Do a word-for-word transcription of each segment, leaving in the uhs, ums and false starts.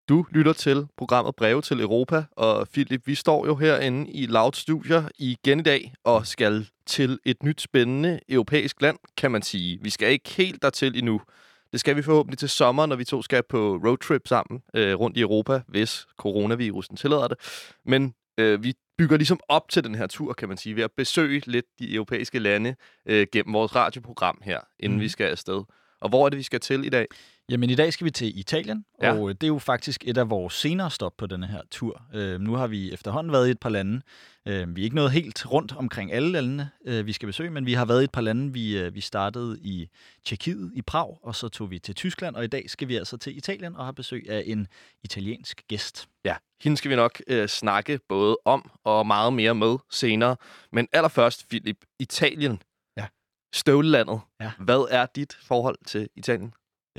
Du lytter til programmet Breve til Europa, og Philip, vi står jo herinde i Loud Studier igen i dag og skal til et nyt spændende europæisk land, kan man sige. Vi skal ikke helt dertil endnu. Det skal vi forhåbentlig til sommer, når vi to skal på roadtrip sammen øh, rundt i Europa, hvis coronavirusen tillader det. Men øh, vi bygger ligesom op til den her tur, kan man sige, ved at besøge lidt de europæiske lande øh, gennem vores radioprogram her, inden mm. vi skal afsted. Og hvor er det, vi skal til i dag? Jamen, i dag skal vi til Italien, ja. og det er jo faktisk et af vores senere stop på denne her tur. Øh, nu har vi efterhånden været i et par lande. Øh, vi er ikke nået helt rundt omkring alle landene, øh, vi skal besøge, men vi har været i et par lande. Vi, øh, vi startede i Tjekkiet, i Prag, og så tog vi til Tyskland, og i dag skal vi altså til Italien og har besøg af en italiensk gæst. Ja, hende skal vi nok øh, snakke både om og meget mere med senere. Men allerførst, Philip, Italien. Ja. Støvlelandet. Ja. Hvad er dit forhold til Italien?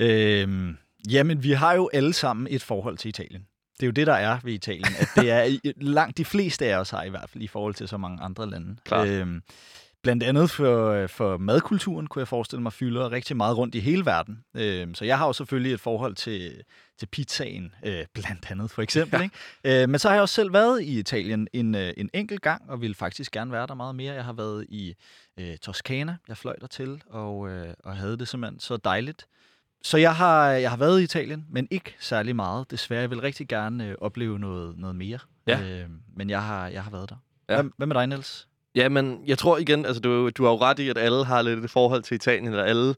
Øhm, jamen, vi har jo alle sammen et forhold til Italien. Det er jo det, der er ved Italien. At det er langt de fleste af os har i hvert fald i forhold til så mange andre lande. Øhm, blandt andet for, for madkulturen, kunne jeg forestille mig, fylder rigtig meget rundt i hele verden. Øhm, så jeg har jo selvfølgelig et forhold til, til pizzaen, øh, blandt andet for eksempel. Ja. Ikke? Øh, men så har jeg også selv været i Italien en, en enkelt gang, og vil faktisk gerne være der meget mere. Jeg har været i øh, Toskana, jeg fløj der til, og, øh, og havde det simpelthen så dejligt. Så jeg har, jeg har været i Italien, men ikke særlig meget. Desværre, jeg vil rigtig gerne øh, opleve noget, noget mere. Ja. Øh, men jeg har, jeg har været der. Ja. Hvad, hvad med dig, Niels? Ja, men jeg tror igen, altså du, du har jo ret i, at alle har lidt et forhold til Italien, eller alle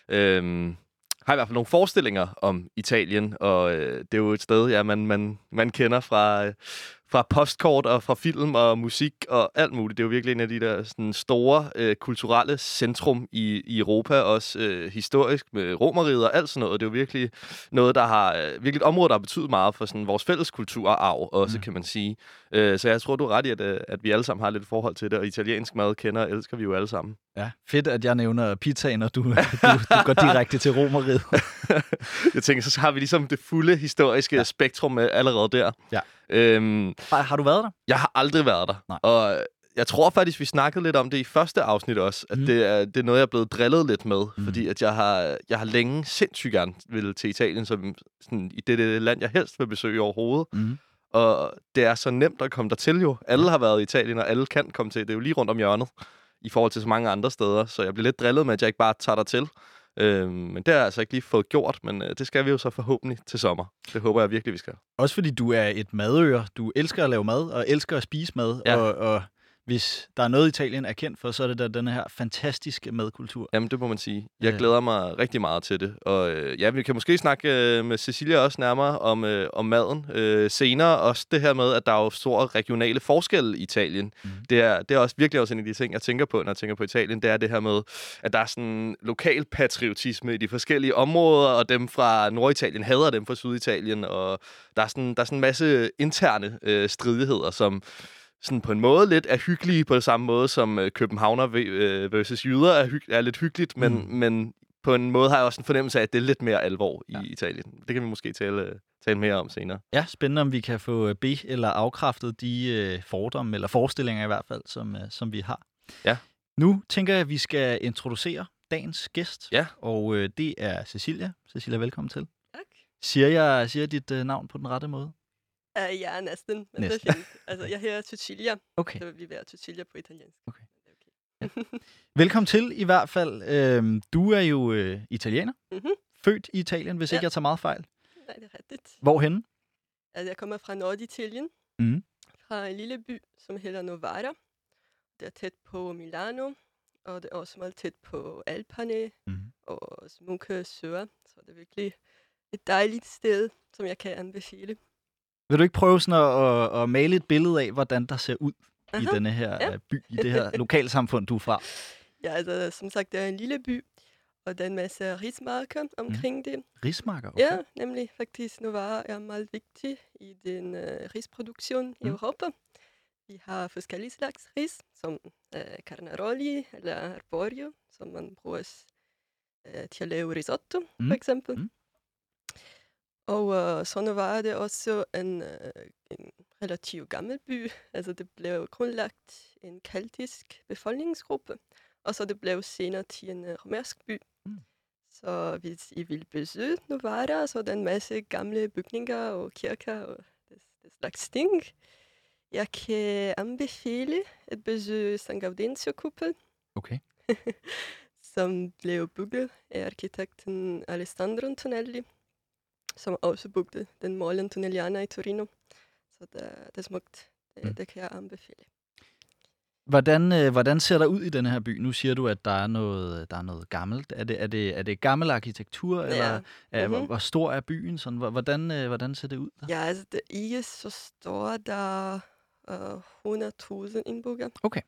øhm, har i hvert fald nogle forestillinger om Italien, og øh, det er jo et sted, ja, man, man, man kender fra... Øh, fra postkort og fra film og musik og alt muligt. Det er jo virkelig en af de der sådan, store øh, kulturelle centrum i, i Europa, også øh, historisk med Romerriget og alt sådan noget. Det er jo virkelig noget, der har øh, virkelig et område, der har betydet meget for sådan, vores fælles kulturarv også, mm. kan man sige. Øh, så jeg tror, du er ret i, at, at vi alle sammen har lidt forhold til det, og italiensk mad kender og elsker vi jo alle sammen. Ja, fedt, at jeg nævner pizzaen, og du, du, du går direkte til Romerriget. Jeg tænker, så har vi ligesom det fulde historiske ja. spektrum allerede der. Ja. Øhm, har, har du været der? Jeg har aldrig været der. Nej. Og jeg tror faktisk, vi snakkede lidt om det i første afsnit også, at mm. det, er, det er noget, jeg er blevet drillet lidt med, mm. fordi at jeg har, jeg har længe sindssygt gerne ville til Italien, som sådan, i det, det land, jeg helst vil besøge overhovedet. Mm. Og det er så nemt at komme dertil jo. Alle har været i Italien, og alle kan komme til. Det er jo lige rundt om hjørnet, i forhold til så mange andre steder. Så jeg bliver lidt drillet med, at jeg ikke bare tager dertil. Øhm, men det har jeg altså ikke lige fået gjort, men øh, det skal vi jo så forhåbentlig til sommer. Det håber jeg virkelig, vi skal. Også fordi du er et madører. Du elsker at lave mad, og elsker at spise mad. Ja. Og, og hvis der er noget, Italien er kendt for, så er det da den her fantastiske madkultur. Jamen, det må man sige. Jeg glæder mig rigtig meget til det. Og øh, ja, vi kan måske snakke øh, med Cecilia også nærmere om, øh, om maden øh, senere. Også det her med, at der er jo store regionale forskelle i Italien. Mm. Det, er, det er også virkelig også en af de ting, jeg tænker på, når jeg tænker på Italien. Det er det her med, at der er sådan lokal patriotisme i de forskellige områder, og dem fra Norditalien hader dem fra Syditalien. Og der er sådan, der er sådan en masse interne øh, stridigheder, som... sådan på en måde lidt er hyggelige på det samme måde, som øh, københavner versus jyder er, hyg- er lidt hyggeligt, men, mm. men på en måde har jeg også en fornemmelse af, at det er lidt mere alvor i ja. Italien. Det kan vi måske tale, tale mere om senere. Ja, spændende, om vi kan få be- eller afkræftet de øh, fordomme, eller forestillinger i hvert fald, som, øh, som vi har. Ja. Nu tænker jeg, at vi skal introducere dagens gæst, ja. og øh, det er Cecilia. Cecilia, velkommen til. Tak. Siger jeg siger dit øh, navn på den rette måde? Uh, ja, næsten, men næsten. det er fint. Altså, jeg hedder Cecilia, okay. så vil vi være Cecilia på italiensk. Okay. okay. Ja. Velkommen til i hvert fald. Øhm, du er jo øh, italiener, mm-hmm. født i Italien, hvis ja. ikke jeg tager meget fejl. Nej, det er rigtigt. Hvorhenne? Altså, jeg kommer fra Norditalien, mm. fra en lille by, som hedder Novara. Det er tæt på Milano, og det er også meget tæt på Alperne mm. og smukke søer. Så det er virkelig et dejligt sted, som jeg kan anbefale. Vil du ikke prøve sådan at, at, at male et billede af, hvordan der ser ud Aha, i denne her ja. by, i det her lokalsamfund, du er fra? Ja, altså som sagt, det er en lille by, og der er en masse rismarker omkring mm. det. Rismarker? Okay. Ja, nemlig faktisk Novara er meget vigtig i den uh, risproduktion mm. i Europa. Vi har forskellige slags ris, som uh, carnaroli eller arborio, som man bruger uh, til at lave risotto, mm. for eksempel. Mm. Og uh, så Novara er det også en, uh, en relativt gammel by. Altså det blev grundlagt en keltisk befolkningsgruppe, og så det blev senere til en uh, romersk by. Mm. Så hvis I vil besøge Novara, så er der en masse gamle bygninger og kirker og det, det slags ting. Jeg kan anbefale at besøge San Gaudenzio-kuppel, Okay. som blev bygget af arkitekten Alessandro Antonelli, som også byggede den Mole Antonelliana i Torino. Så det, det er smukt. Det, Mm. det kan jeg anbefale. Hvordan, øh, hvordan ser der ud i den her by? Nu siger du, at der er noget, der er noget gammelt. Er det, er det, er det gammel arkitektur, Ja. eller er, hvor, Mhm. hvor stor er byen? Sådan, Hvor- hvordan, øh, hvordan ser det ud der? Ja, altså det er ikke så stort. Der er uh, hundrede tusind indbyggere. Okay.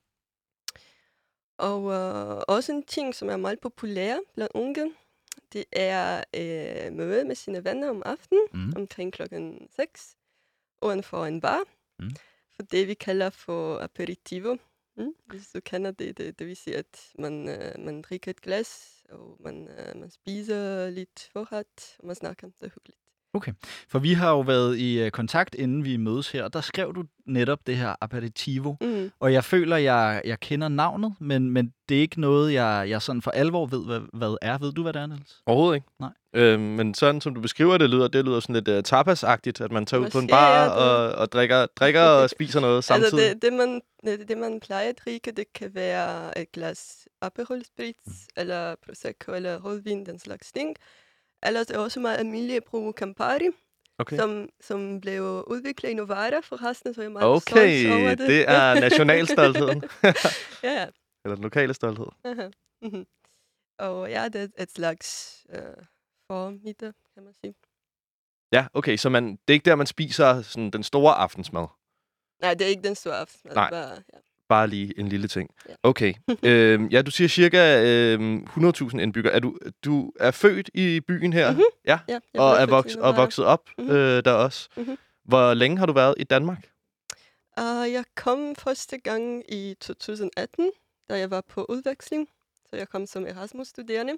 Og uh, også en ting, som er meget populær blandt unge, det er uh, møde med sine venner om aftenen, Mm. omkring klokken seks, uden for en bar, Mm. for det vi kalder for aperitivo. Mm? Hvis du kender det, det, det vil sige, at man, uh, man drikker et glas, og man, uh, man spiser lidt forret, og man snakker. Det er hyggeligt. Okay, for vi har jo været i øh, kontakt, inden vi mødes her, og der skrev du netop det her aperitivo, Mm. og jeg føler, jeg, jeg kender navnet, men, men det er ikke noget, jeg, jeg sådan for alvor ved, hvad, hvad er. Ved du, hvad det er, Niels? Overhovedet ikke. Nej. Øhm, men sådan som du beskriver det, lyder det lyder sådan lidt uh, tapas-agtigt, at man tager ud på en Måske bar er det. og, og drikker, drikker og spiser noget Altså samtidig. det, det, man, det, det, man plejer at drikke, det kan være et glas Aperol Spritz, mm. eller Prosecco, eller rødvin, den slags ting. Ellers er det også meget almindeligt at bruge Campari, Okay, som, som blev udviklet i Novara forresten, så jeg er meget okay. stolt over det. Det er nationalstoltheden. ja, ja. Eller den lokale stolthed. Aha. Mhm. Og ja, det er et slags øh, formiddag, kan man sige. Ja, okay, så man, det er ikke der, man spiser sådan, den store aftensmad. Nej, det er ikke den store aften. Nej. Bare, ja. Bare lige en lille ting. Ja. Okay. øhm, ja, du siger cirka øhm, hundrede tusind indbyggere. Er du, du er født i byen her? Mhm. Ja. Ja, jeg Og blev er, født i voks, og Novara. vokset op Mhm. øh, der også. Mhm. Hvor længe har du været i Danmark? Uh, jeg kom første gang i to tusind atten, da jeg var på udveksling. Så jeg kom som Erasmus-studerende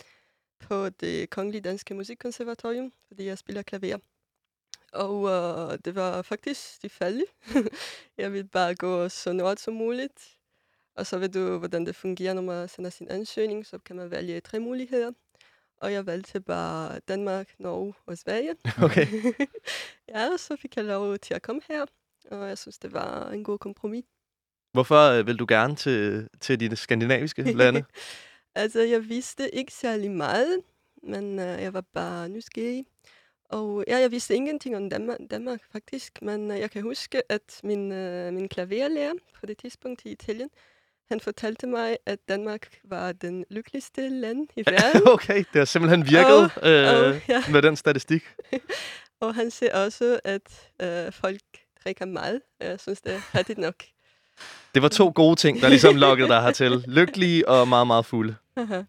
på det Kongelige Danske Musikkonservatorium, fordi jeg spiller klaver. Og uh, det var faktisk tilfældigt. jeg ville bare gå så nord som muligt. Og så ved du, hvordan det fungerer, når man sender sin ansøgning, så kan man vælge tre muligheder. Og jeg valgte bare Danmark, Norge og Sverige. Okay. ja, og så fik jeg lov til at komme her. Og jeg synes, det var en god kompromis. Hvorfor øh, vil du gerne til, til de skandinaviske lande? altså, jeg vidste ikke særlig meget, men uh, jeg var bare nysgerrig. Og ja, jeg vidste ingenting om Danmark, Danmark faktisk, men uh, jeg kan huske, at min, uh, min klaverlærer på det tidspunkt i Italien, han fortalte mig, at Danmark var den lykkeligste land i verden. Okay, det har simpelthen virket Og- øh, og, ja. med den statistik. Og han siger også, at uh, folk drikker meget. Jeg synes, det er rigtigt nok. Det var to gode ting, der ligesom lokkede dig hertil. Lykkelige og meget, meget fulde. Aha.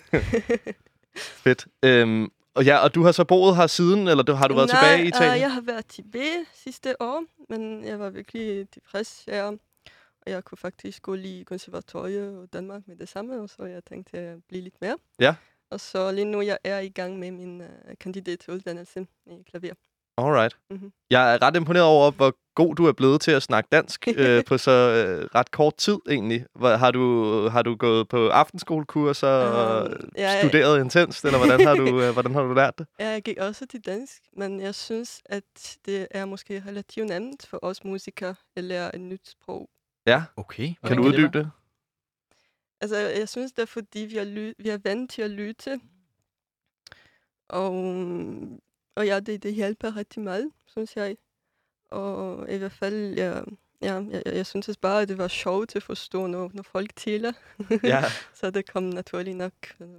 Fedt. Øhm, og ja, og du har så boet her siden, eller du- har du været Nej, tilbage i Italien? Uh, jeg har været tilbage sidste år, men jeg var virkelig tilfreds her. Og jeg kunne faktisk gå lige i konservatoriet og Danmark med det samme, og så jeg tænkte at blive lidt mere. Ja. Og så lige nu jeg er i gang med min uh, kandidatuddannelse i klaver. Alright. Mhm. Jeg er ret imponeret over, hvor god du er blevet til at snakke dansk øh, på så øh, ret kort tid egentlig. Hvor, har, du, har du gået på aftenskolekurser og Øhm, ja, jeg- studeret intenst, eller hvordan har, du, øh, hvordan har du lært det? Ja, jeg gik også til dansk, men jeg synes, at det er måske relativt nemt for os musikere at lære et nyt sprog. Ja, Okay. kan hvordan du det uddybe være? det? Altså, jeg synes, det er fordi, vi er, ly- vi er vant til at lytte. Og, og ja, det, det hjælper rigtig meget, synes jeg. Og i hvert fald, ja, ja, jeg, jeg synes bare, at det var sjovt at forstå, når, når folk taler. Ja. Så det kom naturligt nok.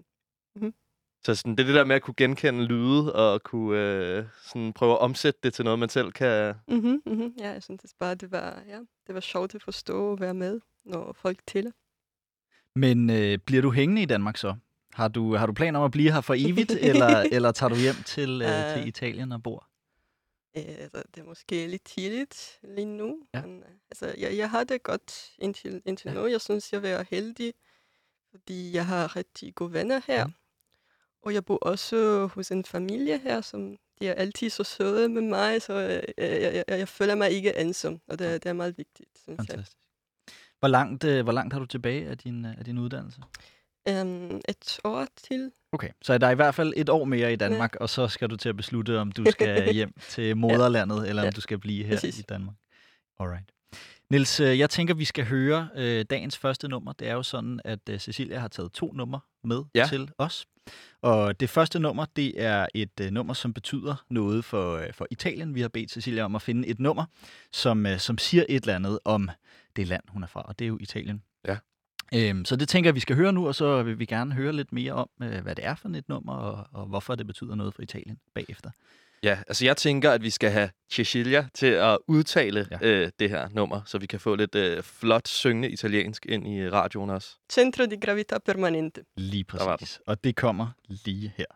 Så sådan, det er det der med at kunne genkende lyde og kunne øh, sådan prøve at omsætte det til noget, man selv kan... Mm-hmm, mm-hmm. Ja, jeg synes bare, det var, ja, det var sjovt at forstå og være med, når folk taler. Men øh, bliver du hængende i Danmark så? Har du, har du planer om at blive her for evigt, eller, eller tager du hjem til, øh, Øh. til Italien og bor? Øh, altså, det er måske lidt tidligt lige nu. Ja. Men, øh, altså, jeg, jeg har det godt indtil, indtil Ja. nu. Jeg synes, jeg er heldig, fordi jeg har rigtig gode venner her. Mm. Og jeg bor også hos en familie her, som de er altid så søde med mig, så øh, jeg, jeg, jeg, jeg føler mig ikke ensom, og det, det er meget vigtigt, synes jeg. Fantastisk. Hvor langt, øh, hvor langt har du tilbage af din, øh, af din uddannelse? Um, et år til. Okay, så der er i hvert fald et år mere i Danmark, ja. Og så skal du til at beslutte, om du skal hjem til moderlandet, ja. Eller om ja. Du skal blive her Præcis. I Danmark. Alright. Niels, jeg tænker, vi skal høre øh, dagens første nummer. Det er jo sådan, at øh, Cecilia har taget to numre med ja. Til os. Og det første nummer, det er et øh, nummer, som betyder noget for, øh, for Italien. Vi har bedt Cecilia om at finde et nummer, som, øh, som siger et eller andet om det land, hun er fra, og det er jo Italien. Ja. Øhm, så det tænker jeg, vi skal høre nu, og så vil vi gerne høre lidt mere om, øh, hvad det er for et nummer, og, og hvorfor det betyder noget for Italien bagefter. Ja, altså jeg tænker, at vi skal have Cecilia til at udtale ja. øh, det her nummer, så vi kan få lidt øh, flot syngende italiensk ind i radioen også. Centro di gravità permanente. Lige præcis. Og det kommer lige her.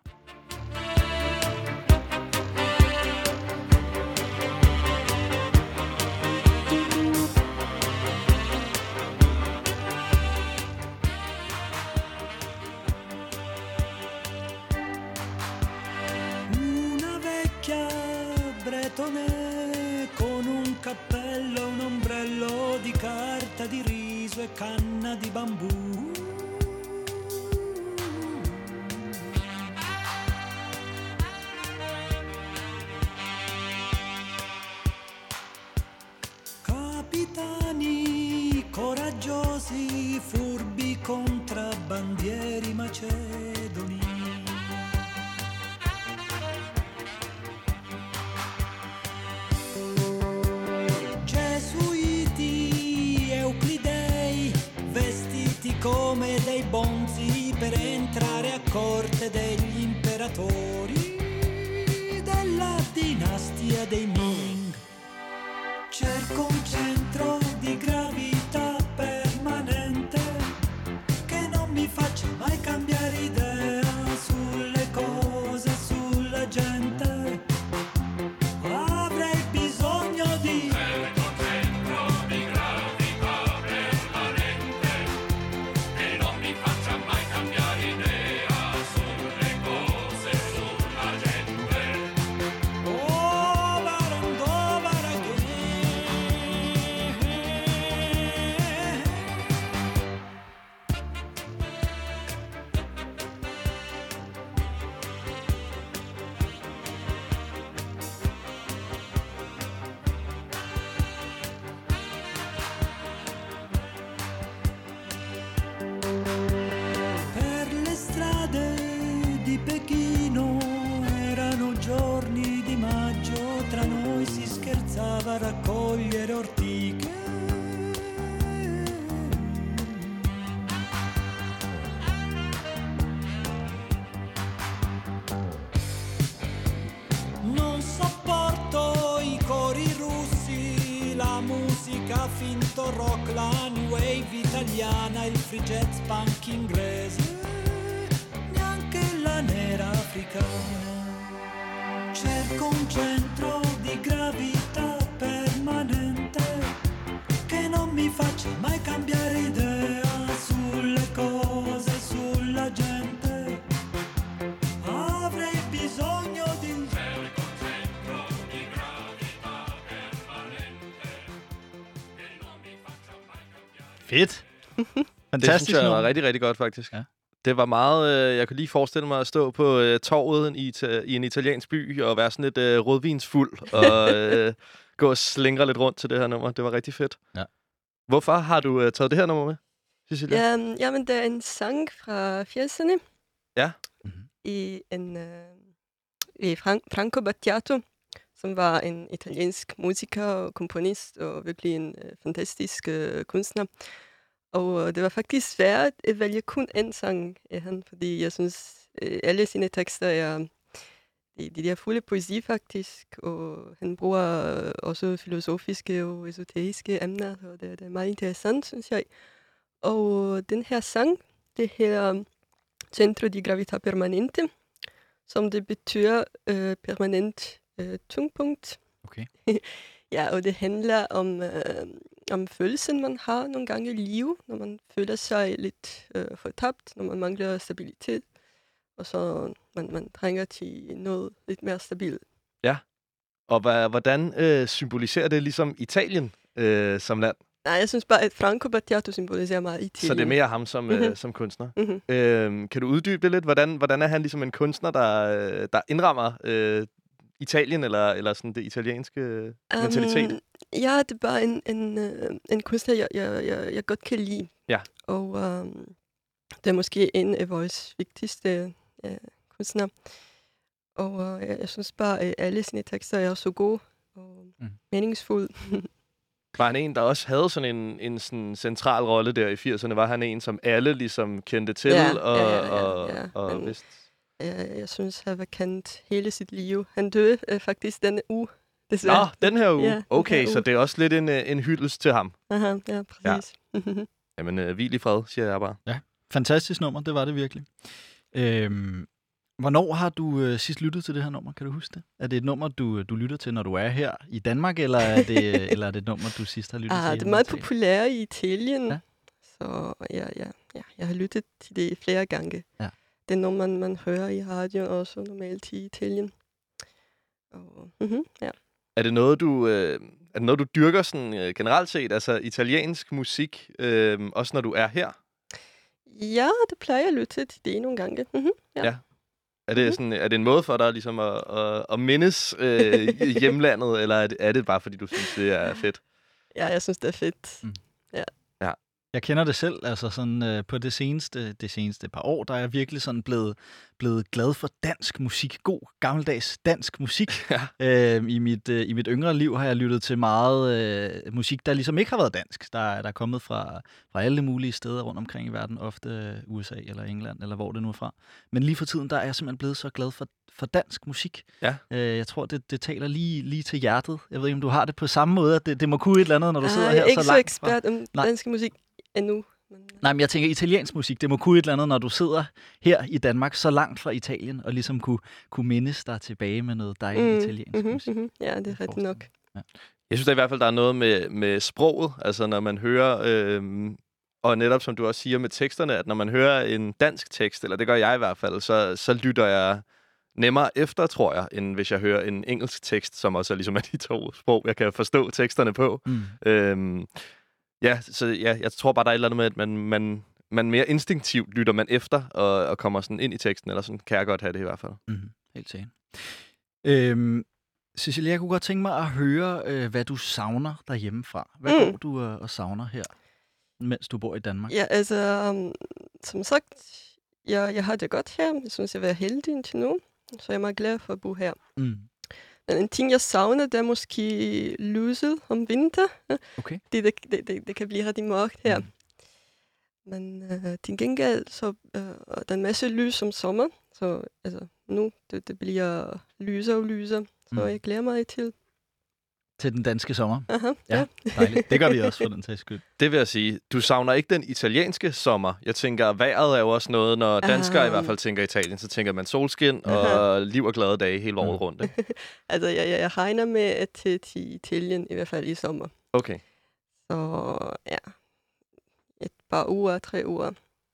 Con un cappello, un ombrello di carta di riso e canna di bambù. Capitani coraggiosi, furbi contrabbandieri macedoni. Come dei bonzi per entrare a corte degli imperatori della dinastia dei Ming. Cerco un centro di gravità permanente che non mi faccia mai cambiare idea sulle cose, sulla gente. Avrei bisogno di a raccogliere ortiche. Non sopporto i cori russi, la musica finto rock, la new wave italiana, il free jazz punk inglese, neanche la nera africana. Cerco un centro di gravità permanente che non mi faccia mai cambiare idea sulle cose, sulla gente. Avrei bisogno di un centro di gravità permanente che non mi faccia mai cambiare. Fedt. Fantastisk. Det synes jeg var rigtig, rigtig godt, faktisk. Ja. Det var meget... Øh, jeg kunne lige forestille mig at stå på øh, torvet i, i en italiensk by og være sådan lidt øh, rødvinsfuld og øh, gå og slingre lidt rundt til det her nummer. Det var rigtig fedt. Ja. Hvorfor har du øh, taget det her nummer med, Cecilia? Ja, jamen, det er en sang fra firserne. Ja. Mm-hmm. I en... Øh, i Fran- Franco Battiato, som var en italiensk musiker og komponist og virkelig en øh, fantastisk øh, kunstner. Og det var faktisk svært at vælge kun en sang af han, fordi jeg synes, øh, alle sine tekster er de, de der fulde poesi faktisk, og han bruger øh, også filosofiske og esoteriske emner, og det, det er meget interessant, synes jeg. Og den her sang, det her Centro di Gravità Permanente, som det betyder øh, permanent øh, tungpunkt. Okay. Ja, og det handler om... Øh, om følelsen, man har nogle gange i livet, når man føler sig lidt øh, fortabt, når man mangler stabilitet, og så man, man trænger til noget lidt mere stabilt. Ja, og hvordan øh, symboliserer det ligesom Italien øh, som land? Nej, jeg synes bare, at Franco Battiato symboliserer meget Italien. Så det er mere ham som, mm-hmm. øh, som kunstner. Mm-hmm. Øhm, kan du uddybe det lidt? Hvordan, hvordan er han ligesom en kunstner, der, der indrammer øh, Italien, eller, eller sådan det italienske um, mentalitet? Ja, det er bare en, en, en kunstner, jeg, jeg, jeg, jeg godt kan lide. Ja. Og um, det er måske en af vores vigtigste uh, kunstnere. Og uh, jeg, jeg synes bare, at alle sine tekster er så gode og mm. meningsfulde. Var han en, der også havde sådan en, en sådan central rolle der i firserne? Var han en, som alle ligesom kendte til? Ja, og, ja, ja, ja, og, ja. og Men, vidste? Jeg, jeg synes, han var kendt hele sit liv. Han døde uh, faktisk denne uge, desværre. Nå, den her uge? Ja, okay, her så uge. det er også lidt en, en hyldest til ham. Aha, ja, præcis. Ja. Jamen, øh, hvil i fred, siger jeg bare. Ja, fantastisk nummer, det var det virkelig. Øhm, hvornår har du øh, sidst lyttet til det her nummer? Kan du huske det? Er det et nummer, du, du lytter til, når du er her i Danmark, eller er det, eller er det et nummer, du sidst har lyttet ah, til? Det er meget populært i Italien, ja. så ja, ja, ja, jeg har lyttet til det flere gange. Ja. Det er noget, man, man hører i radioen også normalt i Italien. Og, mm-hmm, ja. Er det noget, du, øh, er det noget, du dyrker sådan, øh, generelt set, altså italiensk musik, øh, også når du er her? Ja, det plejer jeg at lytte til det nogle gange. Mm-hmm, ja. ja. Er det, sådan, er det en måde for dig ligesom at, at, at mindes øh, hjemlandet, eller er det, er det bare, fordi du synes, det er fedt? Ja, jeg synes, det er fedt. Mm. Ja. Ja. Jeg kender det selv, altså sådan øh, på det seneste, det seneste par år, der er jeg virkelig sådan blevet, blevet glad for dansk musik. God, gammeldags dansk musik. Ja. Øh, i, mit, øh, I mit yngre liv har jeg lyttet til meget øh, musik, der ligesom ikke har været dansk. Der, der er kommet fra, fra alle mulige steder rundt omkring i verden, ofte U S A eller England, eller hvor det nu er fra. Men lige for tiden, der er jeg simpelthen blevet så glad for, for dansk musik. Ja. Øh, jeg tror, det, det taler lige, lige til hjertet. Jeg ved ikke, om du har det på samme måde, at det, det må kunne et eller andet, når du ah, sidder her så langt. Jeg er ikke så ekspert om dansk musik endnu. Men... Nej, men jeg tænker italiensk musik. Det må kunne et eller andet, når du sidder her i Danmark, så langt fra Italien, og ligesom kunne, kunne mindes dig tilbage med noget dejligt mm, italiensk mm-hmm, musik. Mm-hmm. Ja, det er rigtigt nok. Ja. Jeg synes der i hvert fald, der er noget med, med sproget, altså når man hører, øh, og netop som du også siger med teksterne, at når man hører en dansk tekst, eller det gør jeg i hvert fald, så, så lytter jeg nemmere efter, tror jeg, end hvis jeg hører en engelsk tekst, som også er ligesom af de to sprog, jeg kan forstå teksterne på. Mm. Øhm, ja, så ja, jeg tror bare, der er et eller andet med, at man, man, man mere instinktivt lytter man efter, og, og kommer sådan ind i teksten, eller sådan kan jeg godt have det i hvert fald. Mm, helt sikkert. Øhm, Cecilia, jeg kunne godt tænke mig at høre, øh, hvad du savner derhjemmefra. Hvad mm. går du øh, og savner her, mens du bor i Danmark? Ja, altså, um, som sagt, jeg, jeg har det godt her. Jeg synes, jeg er heldig indtil nu. Så jeg er meget glad for at bo her. Mm. Men en ting, jeg savner, det er måske lyset om vinter. Okay. Det, det, det, det kan blive rigtig mørkt her. Mm. Men uh, til gengæld, så uh, der er en masse lys om sommer. Så altså, nu det, det bliver lysere og lysere. Så mm. jeg glæder mig til. Til den danske sommer. Aha, ja, ja, dejligt. Det gør vi også for den sags skyld. Det vil jeg sige. Du savner ikke den italienske sommer. Jeg tænker, vejret er jo også noget, når danskere i hvert fald tænker Italien, så tænker man solskin og liv og glade dage hele året rundt. Ikke? altså, jeg, jeg regner med at til, til Italien, i hvert fald i sommer. Okay. Så ja, et par uger, tre uger.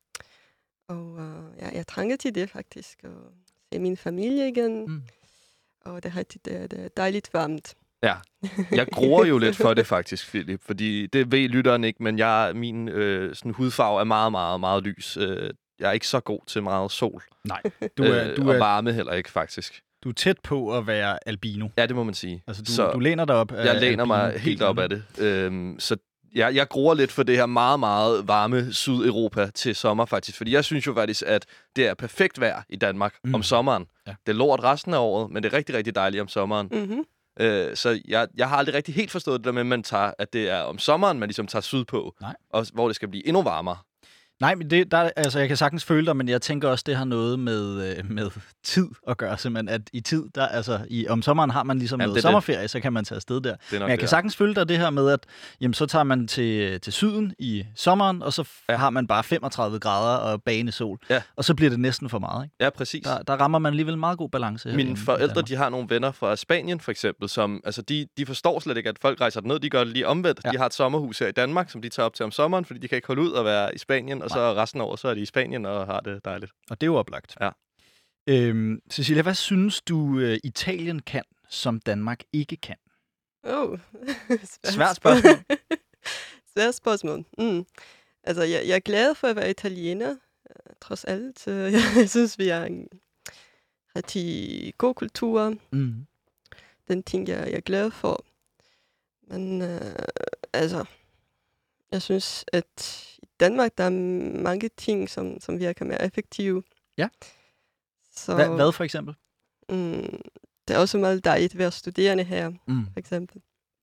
Og uh, ja, jeg trænger til det faktisk. Og se min familie igen. Mm. Og det er, det, det er dejligt varmt. Ja, jeg gruer jo lidt for det faktisk, Philip, fordi det ved lytteren ikke, men jeg, min øh, sådan hudfarve er meget, meget, meget lys. Øh, jeg er ikke så god til meget sol. Nej, du er, øh, du og er, varme heller ikke, faktisk. Du er tæt på at være albino. Ja, det må man sige. Altså, du, så du læner dig op af Jeg læner mig helt op af det. Øhm, så jeg, jeg gruer lidt for det her meget, meget varme Sydeuropa til sommer, faktisk. Fordi jeg synes jo faktisk, at det er perfekt vejr i Danmark mm. om sommeren. Ja. Det er lort resten af året, men det er rigtig, rigtig dejligt om sommeren. Mm-hmm. Øh, så jeg, jeg har aldrig rigtig helt forstået det der med, at man tager, at det er om sommeren, man ligesom tager syd på, og hvor det skal blive endnu varmere. Nej, men det, der, altså, jeg kan sagtens føle dig, men jeg tænker også, det har noget med, øh, med tid at gøre, simpelthen, at i tid, der, altså, i, om sommeren har man ligesom jamen, noget sommerferie, det. Så kan man tage afsted der. Men jeg det, kan sagtens føle dig det her med, at jamen, så tager man til, til syden i sommeren, og så ja. har man bare femogtredive grader og bagende sol, ja. Og så bliver det næsten for meget, ikke? Ja, præcis. Der, der rammer man alligevel meget god balance her. Mine forældre, de har nogle venner fra Spanien, for eksempel, som, altså, de, de forstår slet ikke, at folk rejser ned, de gør det lige omvendt. Ja. De har et sommerhus her i Danmark, som de tager op til om sommeren, fordi de kan ikke holde ud og være i Spanien, og så resten af året, så er de i Spanien og har det dejligt. Og det er jo oplagt. Ja. Øhm, Cecilia, hvad synes du, uh, Italien kan, som Danmark ikke kan? Oh, svært spørgsmål. svært spørgsmål. Mm. Altså, jeg, jeg er glad for at være italiener, uh, trods alt. Uh, jeg synes, vi har en rigtig god kultur. Mm. Den ting, jeg, jeg er glad for. Men uh, altså, jeg synes, at i Danmark, der er mange ting, som, som virker mere effektive. Ja. Så, Hva, hvad for eksempel? Mm, det er også meget dejligt at være studerende her, Mm. for eksempel.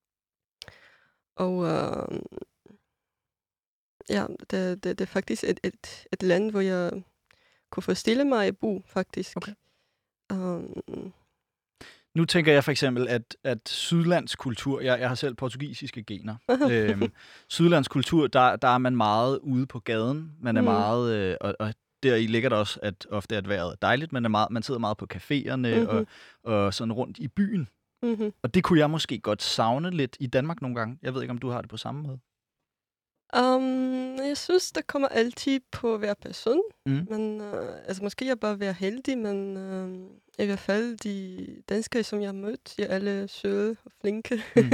Og uh, ja, det, det, det er faktisk et, et, et land, hvor jeg kunne forestille mig at bo, faktisk. Okay. Um, Nu tænker jeg for eksempel, at, at sydlands kultur, jeg, jeg har selv portugisiske gener, øhm, sydlands kultur, der, der er man meget ude på gaden, man er Mm. meget, øh, og, og deri ligger der også, at ofte at vejret er dejligt, men er meget, man sidder meget på caféerne Mhm. og, og sådan rundt i byen. mm-hmm. Og det kunne jeg måske godt savne lidt i Danmark nogle gange. Jeg ved ikke, om du har det på samme måde. um, jeg synes, der kommer altid på hver person. Mm. Men uh, altså, måske jeg bare være heldig, men uh, i hvert fald de danskere, som jeg har mødt, de er alle søde og flinke. Mm.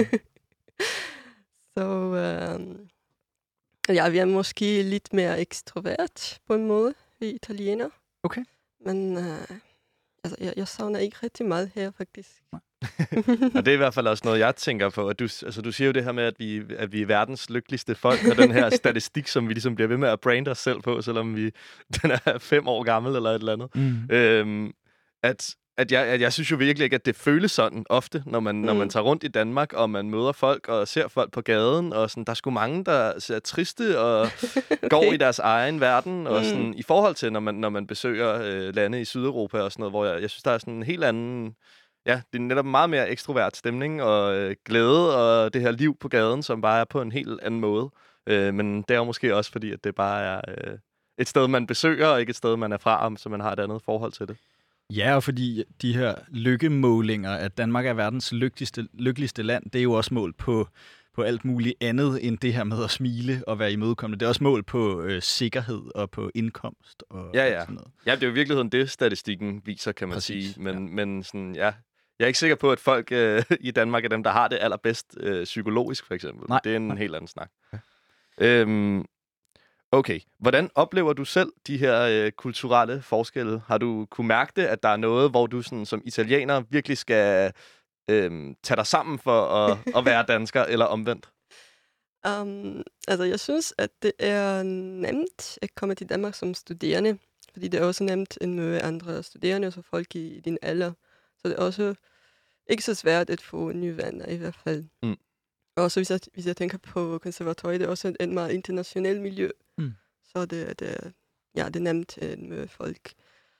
Så uh, ja, vi er måske lidt mere ekstrovert på en måde, vi italiener. Okay. Men uh, altså, jeg, jeg savner ikke rigtig meget her, faktisk. Og det er i hvert fald også noget, jeg tænker på. At du, altså, du siger jo det her med, at vi, at vi er verdens lykkeligste folk, og den her statistik, som vi ligesom bliver ved med at brande os selv på, selvom vi den er fem år gammel eller et eller andet. Mm. Øhm, at, at, jeg, at jeg synes jo virkelig ikke, at det føles sådan ofte, når man, mm. når man tager rundt i Danmark, og man møder folk og ser folk på gaden, og sådan, der er sgu mange, der ser triste og okay. går i deres egen verden, og sådan, mm. i forhold til, når man, når man besøger øh, lande i Sydeuropa og sådan noget, hvor jeg, jeg synes, der er sådan en helt anden... Ja, det er netop meget mere ekstrovert stemning og øh, glæde og det her liv på gaden, som bare er på en helt anden måde. Øh, men det er jo måske også fordi, at det bare er øh, et sted, man besøger, og ikke et sted, man er fra, så man har et andet forhold til det. Ja, og fordi de her lykkemålinger, at Danmark er verdens lykkeligste, lykkeligste land, det er jo også målt på, på alt muligt andet end det her med at smile og være imødekommende. Det er også målt på øh, sikkerhed og på indkomst og, ja, ja. og sådan noget. Ja, det er jo i virkeligheden det, statistikken viser, kan man Præcis, sige. Men, ja. men sådan, ja... Jeg er ikke sikker på, at folk øh, i Danmark er dem, der har det allerbedst øh, psykologisk, for eksempel. Nej, det er en nej. helt anden snak. Ja. Øhm, okay. Hvordan oplever du selv de her øh, kulturelle forskelle? Har du kunne mærke det, at der er noget, hvor du sådan, som italiener virkelig skal øh, tage dig sammen for at, at være dansker, eller omvendt? Um, altså, jeg synes, at det er nemt at komme til Danmark som studerende, fordi det er også nemt at møde andre studerende, og så folk i, i din alder. Så det er også ikke så svært at få nye venner, i hvert fald. Mm. Og også hvis jeg, hvis jeg tænker på konservatoriet, det er også et, et meget internationalt miljø. Mm. Så det, det, ja, det er nemt at møde folk.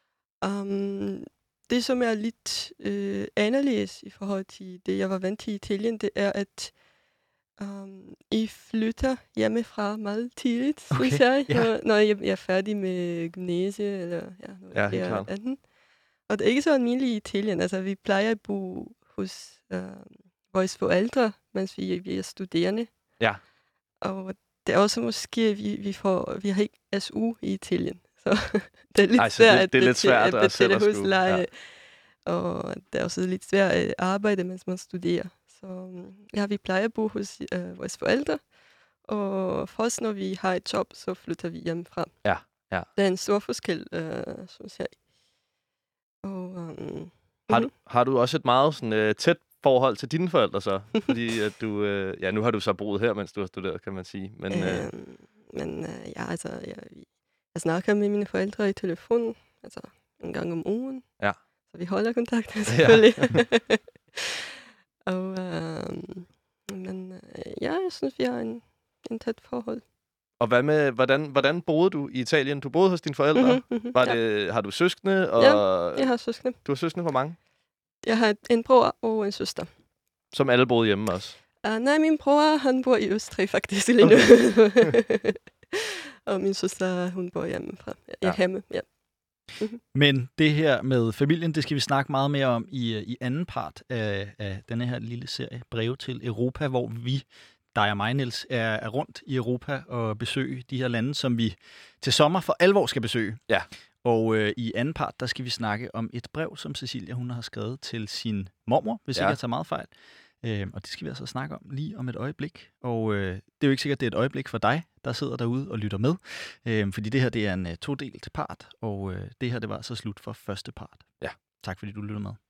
Um, det, som er lidt øh, anderledes i forhold til det, jeg var vant til i Italien, det er, at um, I flytter hjemmefra meget tidligt, Okay, synes jeg, ja. når, når jeg er færdig med gymnasiet, eller ja, når Ja, jeg helt er klart. atten. Og det er ikke så almindeligt i Italien. Altså, vi plejer at bo hos øh, vores forældre, mens vi, vi er studerende. Ja. Og det er også måske, vi, vi, får, vi har ikke S U i Italien. Så det er lidt Ej, så svært det- det er at lidt svært betale- at selv betale at skulle- husleje. ja. Og det er også lidt svært at arbejde, mens man studerer. Så ja, vi plejer at bo hos øh, vores forældre. Og først når vi har et job, så flytter vi hjemmefra. Ja, ja. Det er en stor forskel, øh, synes jeg. Og, um, Har du, har du også et meget sådan, øh, tæt forhold til dine forældre så? Fordi at du, øh, ja, nu har du så boet her, mens du har studeret, kan man sige. Men, øh, Øhm, men øh, ja, altså, jeg, jeg snakker med mine forældre i telefon, altså en gang om ugen. Ja. Så vi holder kontakt, selvfølgelig. Og, øhm, men øh, ja, jeg synes, vi har en, en tæt forhold. og hvad med, hvordan, hvordan boede du i Italien? Du boede hos dine forældre. Mm-hmm, mm-hmm, Var ja. det, har du søskende? Og Jeg har søskende. Du har søskende, hvor mange? Jeg har en bror og en søster. Som alle boede hjemme også. Uh, nej, min bror, han bor i Østrig faktisk lige nu. Og min søster, hun bor hjemmefra. Jeg er Ja. hjemme, ja. Men det her med familien, det skal vi snakke meget mere om i, i anden part af, af denne her lille serie, Breve til Europa, hvor vi, dig og mig, Niels, er, er rundt i Europa og besøger de her lande, som vi til sommer for alvor skal besøge. Ja. Og øh, i anden part, der skal vi snakke om et brev, som Cecilia hun har skrevet til sin mormor, hvis Ja. ikke jeg tager meget fejl. Øh, og det skal vi altså snakke om lige om et øjeblik. Og øh, det er jo ikke sikkert, det er et øjeblik for dig, der sidder derude og lytter med. Øh, fordi det her, det er en uh, todelt part, og øh, det her, det var altså slut for første part. Ja. Tak fordi du lyttede med.